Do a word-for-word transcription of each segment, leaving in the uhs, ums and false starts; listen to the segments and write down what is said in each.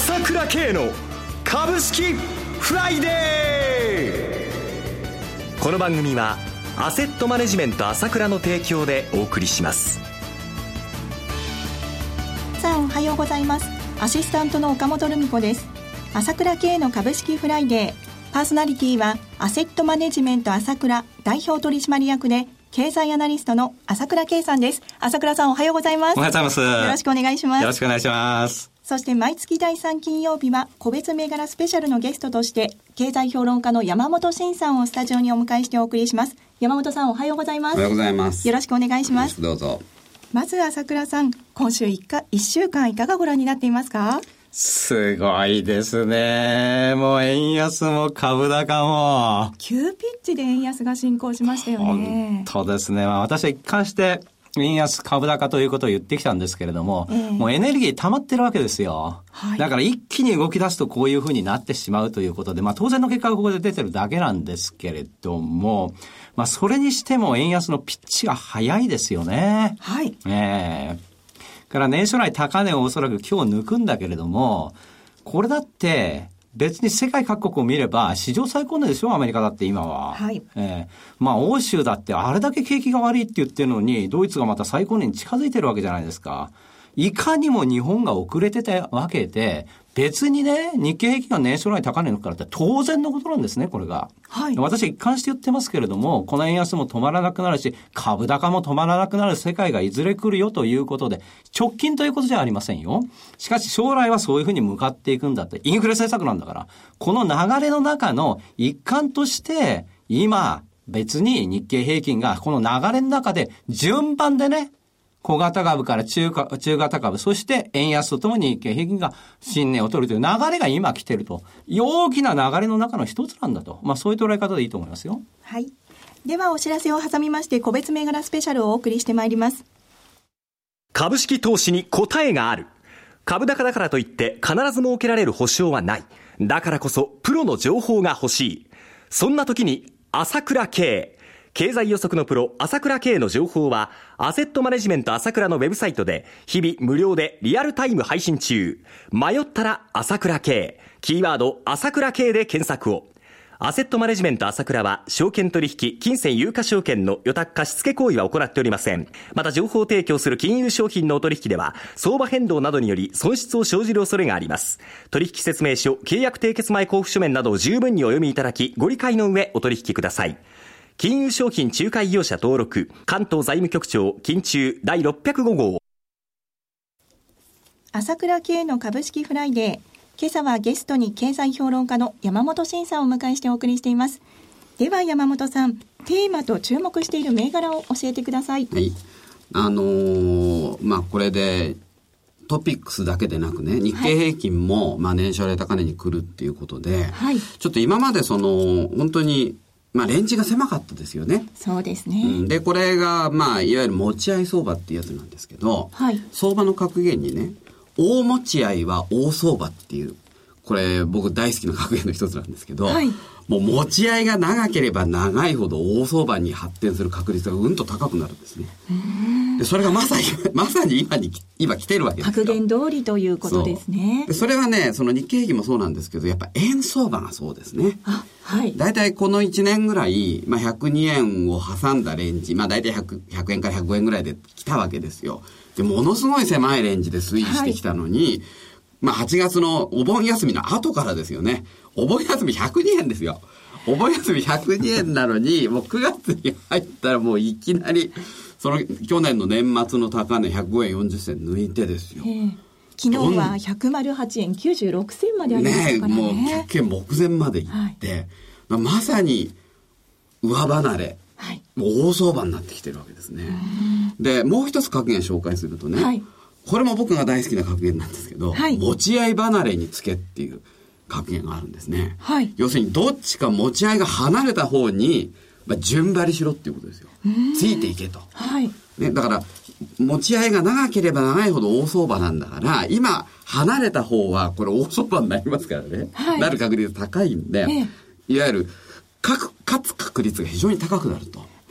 朝倉慶の株式フライデー。この番組はアセットマネジメント朝倉の提供でお送りします。 さあ、おはようございます。アシスタントの岡本留美子です。朝倉慶の株式フライデー、パーソナリティはアセットマネジメント朝倉代表取締役で経済アナリストの朝倉慶さんです。朝倉さん、おはようございます。 おはようございます。 よろしくお願いします。 よろしくお願いします。 そして毎月だいさん金曜日は個別銘柄スペシャルのゲストとして経済評論家の山本慎さんをスタジオにお迎えしてお送りします。山本さん、おはようございます。 おはようございます。 よろしくお願いします。 どうぞ。 まず朝倉さん、今週 1, かいっしゅうかんいかがご覧になっていますか？ すごいですね。もう円安も株高も急ピッチで円安が進行しましたよね。 本当ですね。まあ、私は一貫して円安株高ということを言ってきたんですけれども、えー、もうエネルギー溜まってるわけですよ、はい、だから一気に動き出すとこういうふうになってしまうということで、まあ当然の結果がここで出てるだけなんですけれども、まあそれにしても円安のピッチが早いですよね。 はい。 えーから年初来高値をおそらく今日抜くんだけれども、これだって別に世界各国を見れば史上最高値でしょ、アメリカだって今は。 はい。 えー、まあ欧州だってあれだけ景気が悪いって言ってるのに、ドイツがまた最高値に近づいてるわけじゃないですか。いかにも日本が遅れてたわけで、別にね、日経平均が年初来高値抜くからって当然のことなんですね、これが。 はい。 私は一貫して言ってますけれども、この円安も止まらなくなるし、株高も止まらなくなる世界がいずれ来るよということで、直近ということじゃありませんよ。しかし将来はそういうふうに向かっていくんだって、インフレ政策なんだから、この流れの中の一環として、今、別に日経平均がこの流れの中で順番でね、小型株から中か中型株、そして円安とともに日経平均が新値を取るという流れが今来ていると。大きな流れの中の一つなんだと。まあそういう捉え方でいいと思いますよ。 はい。ではお知らせを挟みまして個別銘柄スペシャルをお送りしてまいります。 株式投資に答えがある。株高だからといって必ず設けられる保証はない。だからこそプロの情報が欲しい。そんな時に朝倉慶。経済予測のプロ朝倉慶の情報はアセットマネジメント朝倉のウェブサイトで日々無料でリアルタイム配信中。迷ったら朝倉慶、キーワード朝倉慶で検索を。アセットマネジメント朝倉は証券取引、金銭有価証券の予託貸付行為は行っておりません。また情報提供する金融商品のお取引では相場変動などにより損失を生じる恐れがあります。取引説明書、契約締結前交付書面などを十分にお読みいただき、ご理解の上お取引ください。金融商品仲介業者登録関東財務局長金中だいろっぴゃくご号。 朝倉慶の株式フライデー、今朝はゲストに経済評論家の山本慎さんをお迎えしてお送りしています。では山本さん、テーマと注目している銘柄を教えてください。 はい。あのー、まあこれでトピックスだけでなくね、日経平均も、はい、まあ年初来高値に来るっていうことで、はい、ちょっと今までその本当にまあ、レンジが狭かったですよね。 そうですね。 うん、で、これが、まあ、いわゆる持ち合い相場っていうやつなんですけど、はい、相場の格言にね、大持ち合いは大相場っていう、これ僕大好きな格言の一つなんですけど、はい、もう持ち合いが長ければ長いほど大相場に発展する確率がうんと高くなるんですね。で、それがまさに、まさに今に、今来てるわけですよ。 格言通りということですね。 そで、それはね、その日経平均もそうなんですけど、やっぱ円相場がそうですね。 あ、はい。 だいたいこのいちねんぐらい、まあ、ひゃくにえんを挟んだレンジ、まあ、だいたい 100, ひゃくえんからひゃくごえんぐらいで来たわけですよ。で、ものすごい狭いレンジで推移してきたのに、はい、まあ、はちがつのお盆休みの後からですよね。お盆休みひゃくにえんですよ。お盆休みひゃくにえんなのに、もうくがつに入ったらもういきなり、その去年の年末の高値ひゃくごえんよんじゅっせん抜いてですよ。 昨日はひゃくはちえんきゅうじゅうろくせんまでありましたからね。 ね、もうひゃくえん目前まで行って、はい、まさに上離れ、はい、大相場になってきてるわけですね。で、もう一つ格言紹介するとね、はい、これも僕が大好きな格言なんですけど、はい、持ち合い離れにつけっていう格言があるんですね。はい、要するにどっちか持ち合いが離れた方に、まあ、順張りしろっていうことですよ。ついていけと。はいね、だから持ち合いが長ければ長いほど大相場なんだから、今離れた方はこれ大相場になりますからね、はい、なる確率高いんで、ええ、いわゆる勝つ確率が非常に高くなると。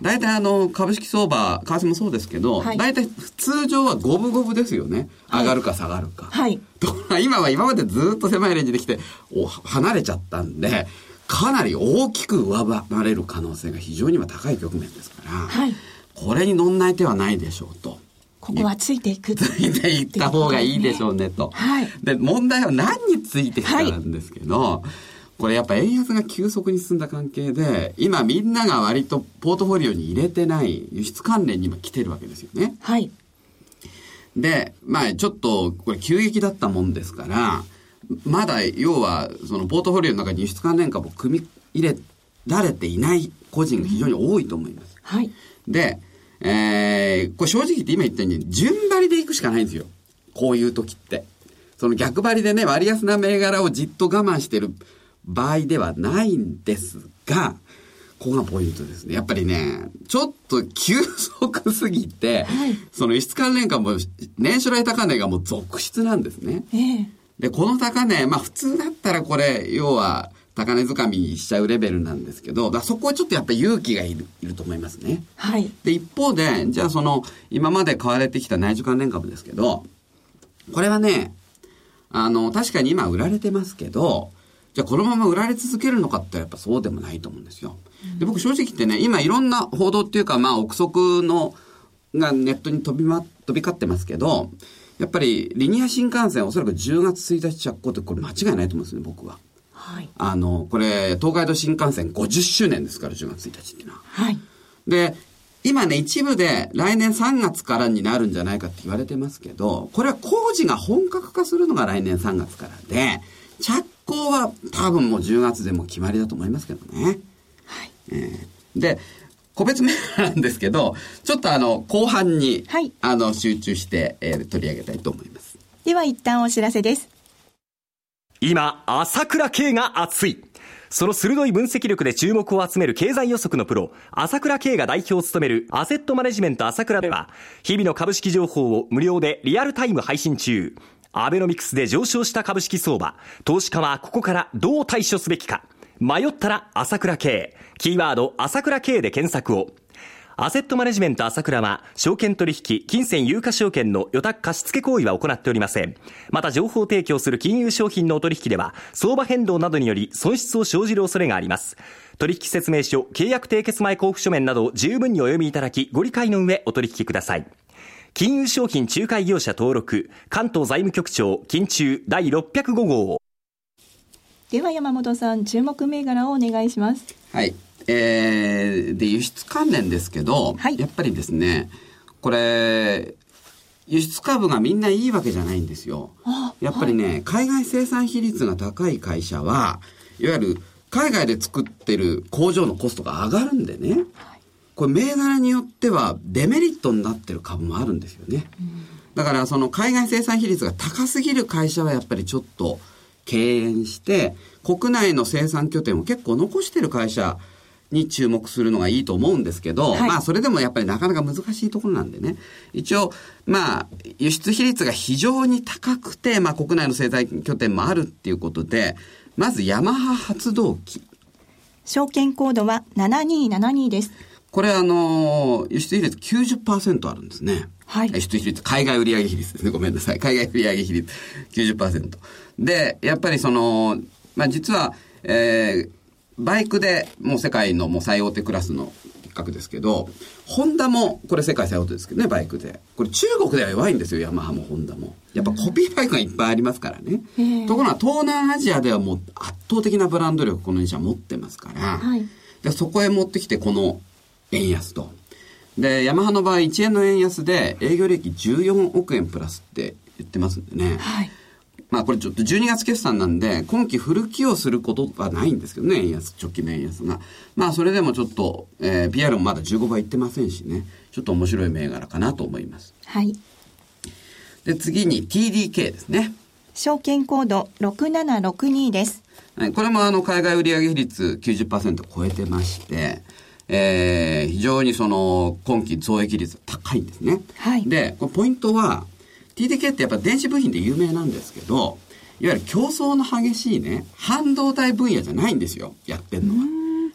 大体あの、株式相場、為替もそうですけど、はい、大体通常は五分五分ですよね。上がるか下がるか。 はい。 今は今までずっと狭いレンジできて、離れちゃったんで、かなり大きく上回れる可能性が非常に高い局面ですから、はい、これに乗んない手はないでしょうと。 ここはついていく。 ついていった方がいいでしょうねと。はい。で、問題は何についていくかなんですけど、はい、これやっぱ円安が急速に進んだ関係で、今みんなが割とポートフォリオに入れてない輸出関連に今来てるわけですよね。はい。で、まあちょっとこれ急激だったもんですから、まだ要はそのポートフォリオの中に輸出関連株を組み入れられていない個人が非常に多いと思います。はい。で、えー、これ正直言って今言ったように順張りでいくしかないんですよ。こういう時って。その逆張りでね、割安な銘柄をじっと我慢してる場合ではないんですが、ここがポイントですね。やっぱりね、ちょっと急速すぎて、はい、その輸出関連株も年初来高値がもう続出なんですね。えー、で、この高値、まあ普通だったらこれ、要は高値掴みにしちゃうレベルなんですけど、だそこはちょっとやっぱり勇気がいる、いると思いますね。はい。で、一方で、じゃあその、今まで買われてきた内需関連株ですけど、これはね、あの、確かに今売られてますけど、じゃあこのまま売られ続けるのかってやっぱそうでもないと思うんですよ。で、僕正直言ってね、今いろんな報道っていうか、まあ憶測の、がネットに飛びま、飛び交ってますけど、やっぱりリニア新幹線おそらくじゅうがつついたち着工ってこれ間違いないと思うんですね、僕は。はい。あの、これ、東海道新幹線ごじゅっしゅうねんですから、じゅうがつついたちっていうのは。はい。で、今ね、一部で来年さんがつからになるんじゃないかって言われてますけど、これは工事が本格化するのが来年さんがつからで、着工は多分もうじゅうがつでも決まりだと思いますけどね。はい。えー、で、個別銘柄なんですけど、ちょっとあの、後半に、はい、あの、集中して、えー、取り上げたいと思います。 では一旦お知らせです。 今、朝倉慶が熱い。その鋭い分析力で注目を集める経済予測のプロ、朝倉慶が代表を務めるアセットマネジメント朝倉では、日々の株式情報を無料でリアルタイム配信中。アベノミクスで上昇した株式相場、投資家はここからどう対処すべきか。迷ったら朝倉慶、キーワード朝倉慶で検索を。アセットマネジメント朝倉は、証券取引、金銭有価証券の予託貸付行為は行っておりません。また情報提供する金融商品のお取引では、相場変動などにより損失を生じる恐れがあります。取引説明書、契約締結前交付書面などを十分にお読みいただき、ご理解の上お取引ください。金融商品仲介業者登録、関東財務局長、金中第ろっぴゃくご号。 では山本さん、注目銘柄をお願いします。 はい。えー、で、輸出関連ですけど、はい、やっぱりですね、これ、輸出株がみんないいわけじゃないんですよ。やっぱりね、はい、海外生産比率が高い会社は、いわゆる海外で作ってる工場のコストが上がるんでね、はい、これ銘柄によってはデメリットになってる株もあるんですよね。うん、だからその海外生産比率が高すぎる会社はやっぱりちょっと敬遠して、国内の生産拠点を結構残してる会社に注目するのがいいと思うんですけど、はい、まあそれでもやっぱりなかなか難しいところなんでね。一応、まあ輸出比率が非常に高くて、まあ国内の生産拠点もあるっていうことで、まずヤマハ発動機。 証券コードはななにーななにです。 これあの、輸出比率 きゅうじゅっパーセント あるんですね。はい。輸出比率、海外売上比率ですね。ごめんなさい。海外売上比率 きゅうじゅっパーセント。で、やっぱりその、まあ実は、えー、バイクでもう世界のもう最大手クラスの一角ですけど、ホンダもこれ世界最大手ですけどね、バイクで。これ中国では弱いんですよ、ヤマハもホンダも。やっぱコピーバイクがいっぱいありますからね。ところが東南アジアではもう圧倒的なブランド力このに社持ってますから、はい、でそこへ持ってきてこの円安と。で、ヤマハの場合いちえんの円安で営業利益じゅうよんおくえんプラスって言ってますんでね。はい、まあこれちょっとじゅうにがつ決算なんで、今期フル起用することはないんですけどね、円安、直近の円安が。まあそれでもちょっと、えー、ピーアール もまだじゅうごばいいってませんしね、ちょっと面白い銘柄かなと思います。はい。で、次に ティーディーケー ですね。 証券コードろくななろくにです。 はい、これもあの海外売上比率 きゅうじゅっパーセント 超えてまして、えー、非常にその今期増益率高いんですね。はい。で、これポイントは、ティーディーケー ってやっぱ電子部品で有名なんですけど、いわゆる競争の激しいね、半導体分野じゃないんですよ、やってんのは。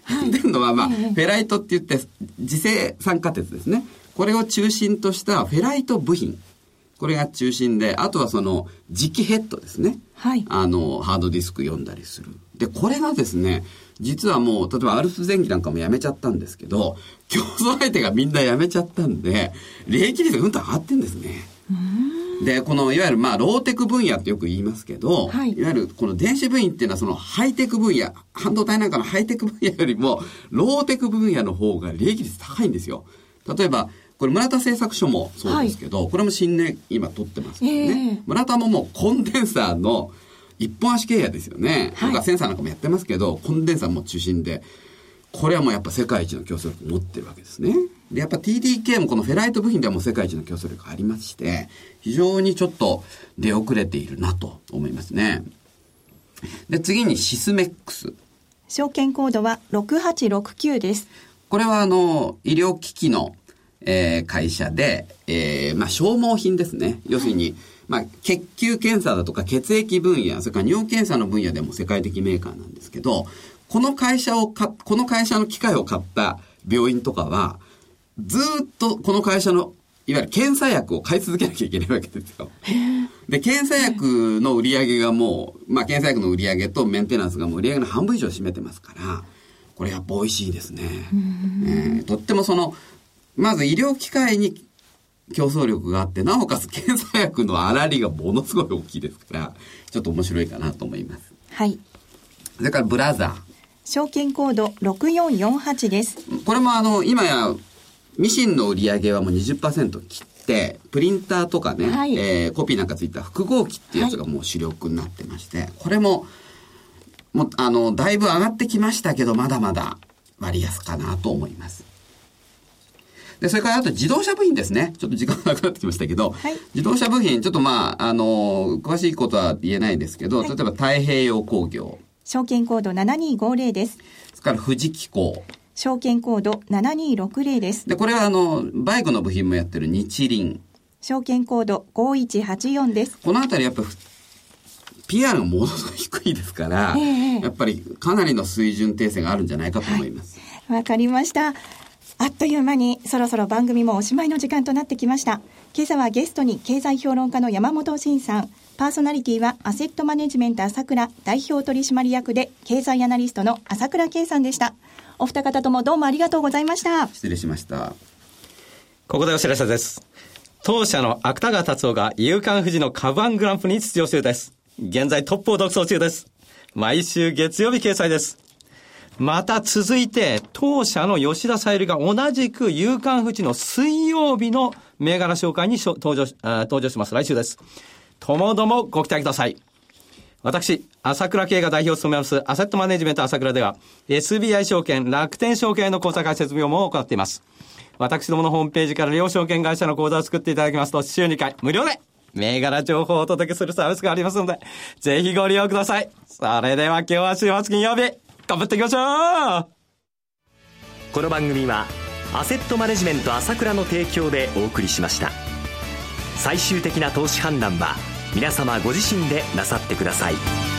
はい、っていうのは、まあ、えー、フェライトって言って磁性酸化鉄ですね。これを中心としたフェライト部品、これが中心で、あとはその磁気ヘッドですね。はい。あの、ハードディスク読んだりする。で、これがですね、実はもう、例えばアルプス電機なんかもやめちゃったんですけど、競争相手がみんなやめちゃったんで、利益率がうんと上がってんですね。で、この、いわゆる、まあ、ローテク分野ってよく言いますけど、はい、いわゆる、この電子部品っていうのは、その、ハイテク分野、半導体なんかのハイテク分野よりも、ローテク分野の方が利益率高いんですよ。例えば、これ村田製作所もそうですけど、はい、これも新年今取ってますけどね、えー、村田ももうコンデンサーの一本足経営ですよね、はい、僕はセンサーなんかもやってますけど、コンデンサーも中心で、これはもうやっぱ世界一の競争力を持ってるわけですね。でやっぱ ティーディーケー もこのフェライト部品ではもう世界一の競争力がありまして、非常にちょっと出遅れているなと思いますね。で次にシスメックス、 証券コードはろくはちろくきゅうです。 これはあの医療機器のえー、会社で、えー、まあ、消耗品ですね。要するに、まあ、血球検査だとか血液分野、それから尿検査の分野でも世界的メーカーなんですけど、この会社をか、この会社の機械を買った病院とかは、ずっとこの会社の、いわゆる検査薬を買い続けなきゃいけないわけですよ。で、検査薬の売り上げがもう、まあ、検査薬の売り上げとメンテナンスがもう売り上げの半分以上占めてますから、これやっぱ美味しいですね。えー、とってもその、まず医療機械に競争力があって、なおかつ検査薬の粗利がものすごい大きいですから、ちょっと面白いかなと思います。 はい。 それからブラザー。 証券コードろくよんよんはちです。 これもあの、今やミシンの売り上げはもう にじゅっパーセント 切って、プリンターとかね、はい、えー、コピーなんかついた複合機っていうやつがもう主力になってまして、はい、これも、もうあの、だいぶ上がってきましたけど、まだまだ割安かなと思います。で、それからあと自動車部品ですね。ちょっと時間がなくなってきましたけど、はい、自動車部品、ちょっとまあ、あの、詳しいことは言えないですけど、はい、例えば太平洋工業。 証券コードななにごぜろです。 それから富士機構。 証券コードななにろくぜろです。 で、これはあの、バイクの部品もやってる日輪。 証券コードごいちはちよんです。 このあたりやっぱ、ピーアール がものすごい低いですから、えー、やっぱりかなりの水準訂正があるんじゃないかと思います。 わ、はい、かりました。あっという間にそろそろ番組もおしまいの時間となってきました。今朝はゲストに経済評論家の山本慎さん、パーソナリティはアセットマネジメント朝倉代表取締役で経済アナリストの朝倉圭さんでした。お二方ともどうもありがとうございました。 失礼しました。 ここでお知らせです。当社の芥川達夫が夕刊富士の株ワングランプリに出場中です。現在トップを独走中です。毎週月曜日掲載です。また続いて、当社の吉田沙百里が同じく夕刊富士の水曜日の銘柄紹介に登場し、登場します。来週です。ともどもご期待ください。私、朝倉慶が代表を務めますアセットマネジメント朝倉では、エスビーアイ 証券、楽天証券の口座開設業務を行っています。私どものホームページから両証券会社の口座を作っていただきますと、週にかい無料で銘柄情報をお届けするサービスがありますので、ぜひご利用ください。それでは今日は週末金曜日、頑張っていきましょう。 この番組はアセットマネジメント朝倉の提供でお送りしました。最終的な投資判断は皆様ご自身でなさってください。